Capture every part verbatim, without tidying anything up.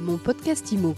Mon podcast Imo.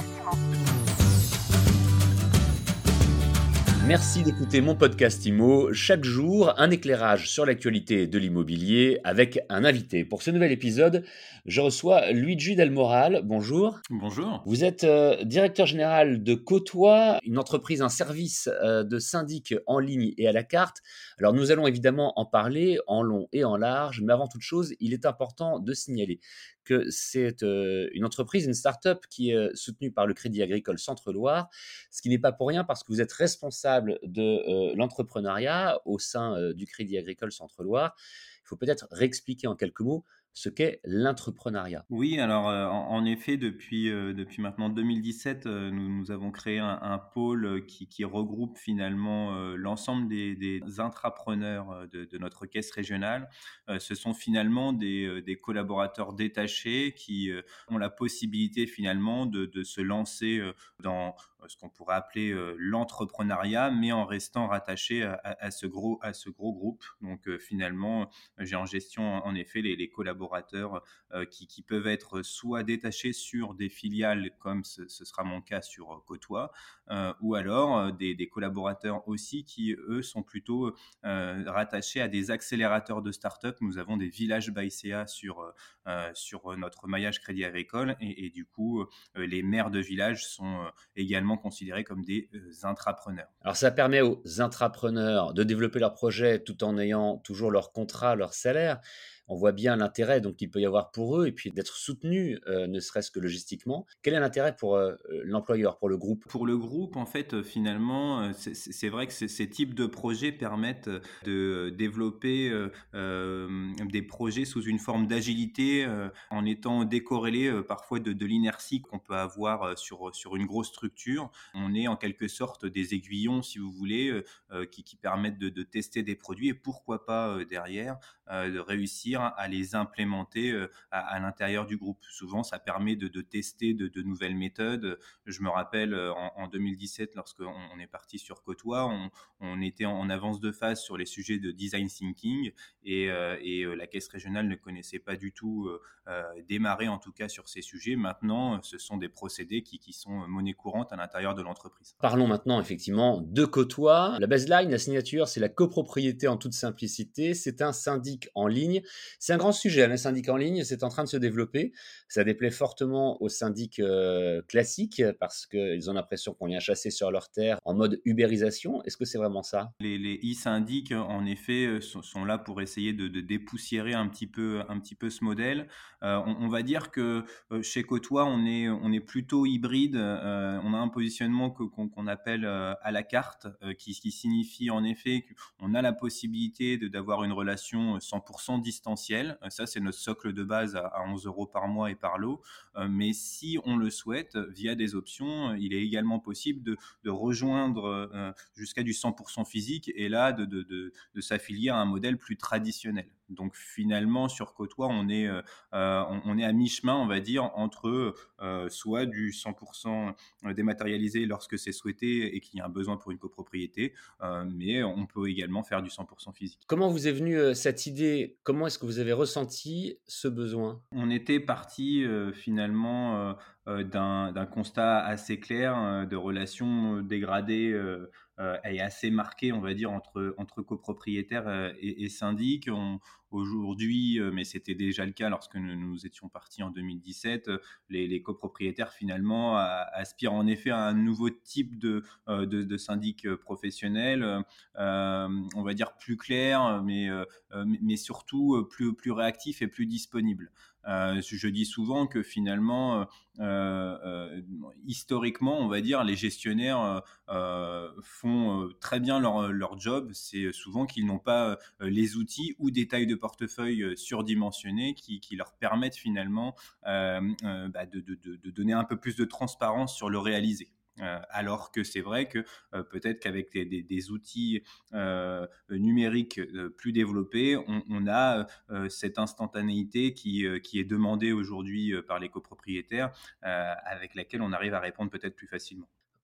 Merci d'écouter mon podcast Imo. Chaque jour, un éclairage sur l'actualité de l'immobilier avec un invité. Pour ce nouvel épisode, je reçois Luigi Del Moral. Bonjour. Bonjour. Vous êtes euh, directeur général de Côtois, une entreprise, un service euh, de syndic en ligne et à la carte. Alors nous allons évidemment en parler en long et en large, mais avant toute chose, il est important de signaler que c'est euh, une entreprise, une start-up qui est euh, soutenue par le Crédit Agricole Centre-Loire, ce qui n'est pas pour rien parce que vous êtes responsable de euh, l'entrepreneuriat au sein euh, du Crédit Agricole Centre-Loire. Il faut peut-être réexpliquer en quelques mots ce qu'est l'entrepreneuriat. Oui, alors, heu, en en effet, depuis, heu, depuis maintenant deux mille dix-sept, heu, nous nous avons créé un un pôle, heu, qui qui regroupe finalement, heu, l'ensemble des des intrapreneurs, heu, de de notre caisse régionale. Heu, ce sont finalement des, heu, des collaborateurs détachés qui, heu, ont la possibilité finalement de de se lancer, heu, dans, heu, ce qu'on pourrait appeler, heu, l'entrepreneuriat, mais en restant rattachés à à à ce gros à ce gros groupe. Donc, heu, finalement, j'ai en gestion en effet les les collaborateurs, euh, qui, qui peuvent être soit détachés sur des filiales, comme ce, ce sera mon cas sur euh, Côtois, euh, ou alors euh, des, des collaborateurs aussi qui, eux, sont plutôt euh, rattachés à des accélérateurs de start-up. Nous avons des villages by C A sur, euh, sur notre maillage Crédit Agricole et, et du coup, euh, les maires de village sont euh, également considérés comme des euh, intrapreneurs. Alors ça permet aux intrapreneurs de développer leur projet tout en ayant toujours leur contrat, leur salaire. On voit bien l'intérêt donc qu'il peut y avoir pour eux et puis d'être soutenus, euh, ne serait-ce que logistiquement. Quel est l'intérêt pour euh, l'employeur, pour le groupe? Pour le groupe, en fait, heu, finalement, heu, c'est c'est c'est vrai que ces ces types de projets permettent, heu, de développer, heu, hem, des projets sous une forme d'agilité, heu, en étant décorrélés, heu, parfois de de l'inertie qu'on peut avoir, heu, sur, sur une grosse structure. On est en quelque sorte des aiguillons, si vous voulez, heu heu, qui qui permettent de de tester des produits et pourquoi pas, heu, derrière, heu, de réussir à les implémenter, heu, à à l'intérieur du groupe. Souvent, ça permet de de tester de de nouvelles méthodes. Je me rappelle, euh, en, en deux mille dix-sept, lorsqu'on on est parti sur Côtois, on, on était en, en avance de phase sur les sujets de design thinking et, euh, et euh, la caisse régionale ne connaissait pas du tout euh, euh, démarrer en tout cas sur ces sujets. Maintenant, ce sont des procédés qui, qui sont monnaie courante à l'intérieur de l'entreprise. Parlons maintenant effectivement de Côtois. La baseline, la signature, c'est la copropriété en toute simplicité. C'est un syndic en ligne. C'est un grand sujet, hein, le syndic en ligne. C'est en train de se développer. Ça déplaît fortement aux syndics euh, classiques parce qu'ils ont l'impression qu'on vient chasser sur leur terre en mode ubérisation. Est-ce que c'est vraiment ça? Les, les e-syndics, en effet, euh, sont, sont là pour essayer de, de dépoussiérer un petit peu, un petit peu ce modèle. Euh, on, on va dire que euh, chez Côtois, on est, on est plutôt hybride. Euh, on a un positionnement que, qu'on, qu'on appelle euh, à la carte, euh, qui, qui signifie en effet qu'on a la possibilité de, d'avoir une relation cent pour cent distancielle. Euh, ça, c'est notre socle de base à, à onze euros par mois et par lot. Euh, mais si on le souhaite, via des options, il est également possible de, de rejoindre euh, jusqu'à du cent pour cent physique et là de, de, de, de s'affilier à un modèle plus traditionnel. Donc finalement sur Côtois, on est, euh, on, on est à mi-chemin, on va dire, entre euh, soit du cent pour cent dématérialisé lorsque c'est souhaité et qu'il y a un besoin pour une copropriété, euh, mais on peut également faire du cent pour cent physique. Comment vous est venue euh, cette idée? Comment est-ce que vous avez ressenti ce besoin? On était parti euh, finalement euh, euh, d'un, d'un constat assez clair euh, de relations euh, dégradées euh, euh, et assez marquées, on va dire, entre, entre copropriétaires euh, et, et syndics. On, aujourd'hui, euh, mais c'était déjà le cas lorsque nous, nous étions partis en deux mille dix-sept, euh, les, les copropriétaires finalement a, aspirent en effet à un nouveau type de, euh, de, de syndic professionnel, euh, on va dire plus clair, mais, euh, mais surtout plus, plus réactif et plus disponible. Euh, je dis souvent que finalement, euh, euh, historiquement, on va dire, les gestionnaires euh, font euh, très bien leur, leur job. C'est souvent qu'ils n'ont pas euh, les outils ou des tailles de portefeuille surdimensionnées qui, qui leur permettent finalement euh, euh, bah de, de, de donner un peu plus de transparence sur le réalisé. Euh, alors que c'est vrai que euh, peut-être qu'avec des, des, des outils euh, numériques euh, plus développés, on, on a euh, cette instantanéité qui, euh, qui est demandée aujourd'hui euh, par les copropriétaires, euh, avec laquelle on arrive à répondre peut-être plus facilement.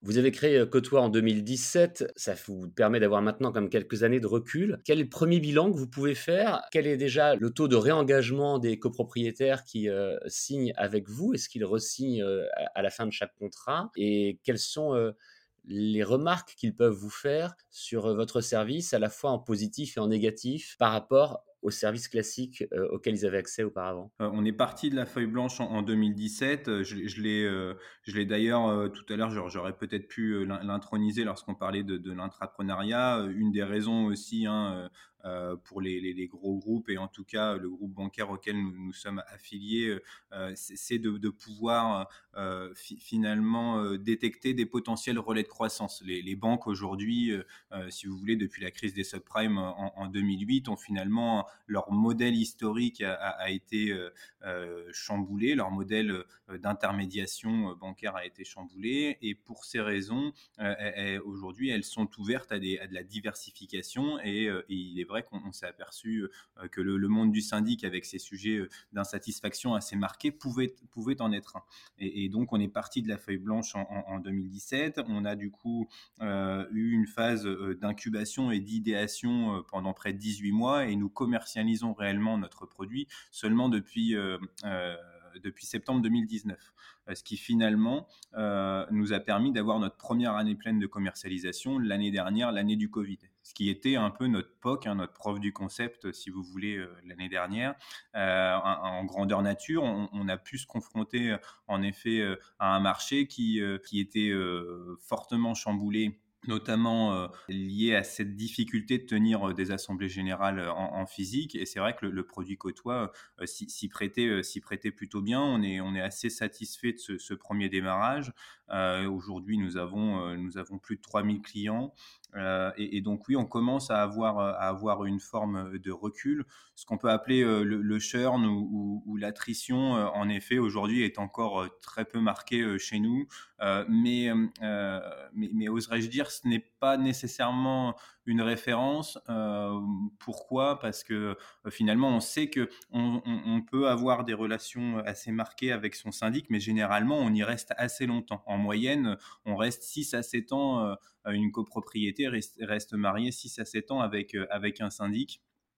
Vous avez créé euh, Côtois en deux mille dix-sept, ça vous permet d'avoir maintenant comme quelques années de recul. Quel est le premier bilan que vous pouvez faire? Quel est déjà le taux de réengagement des copropriétaires qui euh, signent avec vous? Est-ce qu'ils re-signent euh, à, à la fin de chaque contrat? Et quelles sont euh, les remarques qu'ils peuvent vous faire sur euh, votre service, à la fois en positif et en négatif, par rapport aux services classiques euh, auxquels ils avaient accès auparavant? Heu, on est parti de la feuille blanche en en deux mille dix-sept, heu, je l'ai je l'ai, heu, je l'ai d'ailleurs, heu, tout à l'heure, j'aurais j'aurais peut-être pu, heu, l'in l'introniser lorsqu'on parlait de de l'intrapreneuriat. Heu, une des raisons aussi, hein, heu heu, pour les les les gros groupes et en tout cas le groupe bancaire auquel nous nous sommes affiliés, heu heu, c'est c'est de de pouvoir, heu fi finalement, heu, détecter des potentiels relais de croissance. Les les banques aujourd'hui, heu heu, si vous voulez, depuis la crise des subprimes en en deux mille huit, ont finalement leur modèle historique a a a été, heu heu, chamboulé, leur modèle, heu, d'intermédiation, heu, bancaire a été chamboulé et pour ces raisons, heu, elles elles aujourd'hui, elles sont ouvertes à des à de la diversification et heu, et il est vrai qu'on on s'est aperçu, heu, que le le monde du syndic avec ses sujets, heu, d'insatisfaction assez marqués pouvait pouvait en être un et et donc on est parti de la feuille blanche en en en deux mille dix-sept. On a du coup, heu, eu une phase, heu, d'incubation et d'idéation, heu, pendant près de dix-huit mois et nous commercialisons réellement notre produit seulement depuis, heu heu, depuis septembre deux mille dix-neuf. Heu, ce qui finalement, heu, nous a permis d'avoir notre première année pleine de commercialisation l'année dernière, l'année du covid. Ce qui était un peu notre P O C, hein, notre preuve du concept, si vous voulez, heu, l'année dernière. Heu, en en grandeur nature, on on a pu se confronter, heu, en effet, heu, à un marché qui, heu, qui était, heu, fortement chamboulé, notamment, heu, lié à cette difficulté de tenir, heu, des assemblées générales, heu, en en physique et c'est vrai que le le produit Côtois, heu, s'y s'y prêtait, heu, s'y prêtait plutôt bien. On est on est assez satisfait de ce ce premier démarrage. Heu, aujourd'hui, nous avons, heu, nous avons plus de trois mille clients, heu et et donc oui, on commence à avoir, heu, à avoir une forme, de recul. Ce qu'on peut appeler, heu, le le churn ou ou ou l'attrition, heu, en effet, aujourd'hui est encore, heu, très peu marqué, heu, chez nous. Heu, mais, hem, heu, mais mais oserais-je dire, ce n'est pas nécessairement une référence. Hem, pourquoi? Parce que, heu, finalement, on sait qu'on on on peut avoir des relations assez marquées avec son syndic, mais généralement, on y reste assez longtemps. En moyenne, on reste six à sept ans, heu, une copropriété reste reste mariée six à sept ans avec, heu, avec un syndic.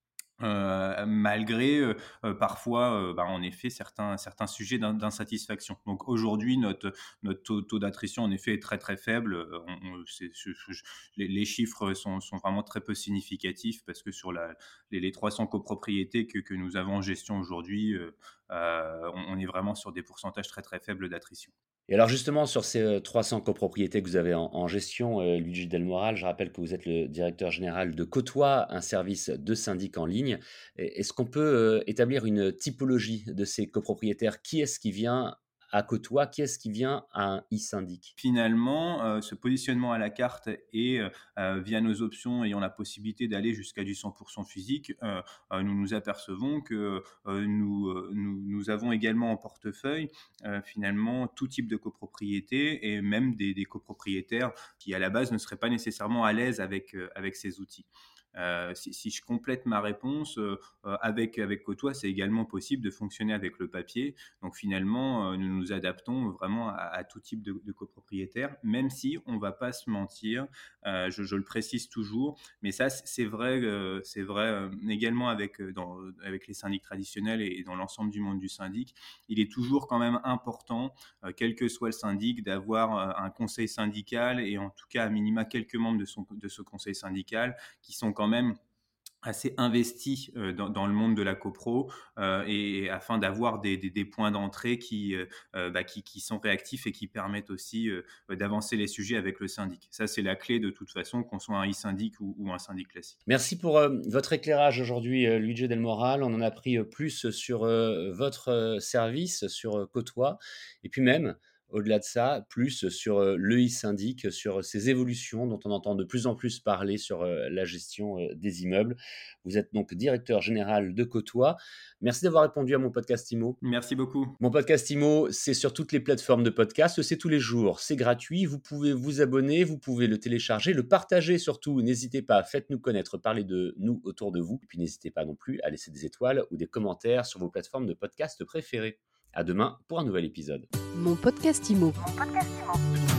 Heu, malgré, heu heu, parfois, heu, bah, en effet, certains certains sujets d'in d'insatisfaction. Donc aujourd'hui, notre notre taux taux d'attrition, en effet, est très, très faible. Heu, on on c'est je je les les chiffres sont sont vraiment très peu significatifs parce que sur la les les trois cents copropriétés que que nous avons en gestion aujourd'hui, heu heu, on on est vraiment sur des pourcentages très, très faibles d'attrition. Et alors justement sur ces, heu, trois cents copropriétés que vous avez en en gestion, heu, Luigi Del Moral, je rappelle que vous êtes le directeur général de Côtois, un service de syndic en ligne. Et est-ce qu'on peut, heu, établir une typologie de ces copropriétaires? Qui est-ce qui vient à Côtois? Qui est-ce qui vient à un e-syndic? Finalement, heu, ce positionnement à la carte et heu heu, via nos options ayant la possibilité d'aller jusqu'à du cent pour cent physique, heu heu, nous nous apercevons que, heu, nous, heu, nous nous avons également en portefeuille, heu, finalement tout type de copropriété et même des des copropriétaires qui à la base ne seraient pas nécessairement à l'aise avec, heu, avec ces outils. Heu, si si je complète ma réponse, heu heu, avec avec Côtois, c'est également possible de fonctionner avec le papier. Donc finalement, heu, nous nous adaptons vraiment à à tout type de de copropriétaire, même si on va pas se mentir, heu, je je le précise toujours, mais ça c c'est vrai, heu, c'est vrai, hem, également avec, heu, dans avec les syndics traditionnels et dans l'ensemble du monde du syndic. Il est toujours quand même important, heu, quel que soit le syndic, d'avoir, heu, un conseil syndical et en tout cas à minima quelques membres de son de ce conseil syndical qui sont quand même assez investi, heu, dans dans le monde de la copro, heu, et et afin d'avoir des des des points d'entrée qui, heu heu, bah, qui qui sont réactifs et qui permettent aussi, heu, d'avancer les sujets avec le syndic. Ça, c'est la clé de toute façon, qu'on soit un e-syndic ou ou un syndic classique. Merci pour, heu, votre éclairage aujourd'hui, heu, Luigi Del Moral. On en a appris, heu, plus sur, heu, votre, heu, service, sur, heu, Côtois et puis même, au-delà de ça, plus sur, heu, le e-syndic, sur ses évolutions dont on entend de plus en plus parler sur, heu, la gestion, heu, des immeubles. Vous êtes donc directeur général de Côtois. Merci d'avoir répondu à mon podcast Imo. Merci beaucoup. Mon podcast Imo, c'est sur toutes les plateformes de podcast, c'est tous les jours, c'est gratuit, vous pouvez vous abonner, vous pouvez le télécharger, le partager surtout, n'hésitez pas, faites-nous connaître, parlez de nous autour de vous, et puis n'hésitez pas non plus à laisser des étoiles ou des commentaires sur vos plateformes de podcast préférées. À demain pour un nouvel épisode. Mon podcast Imo.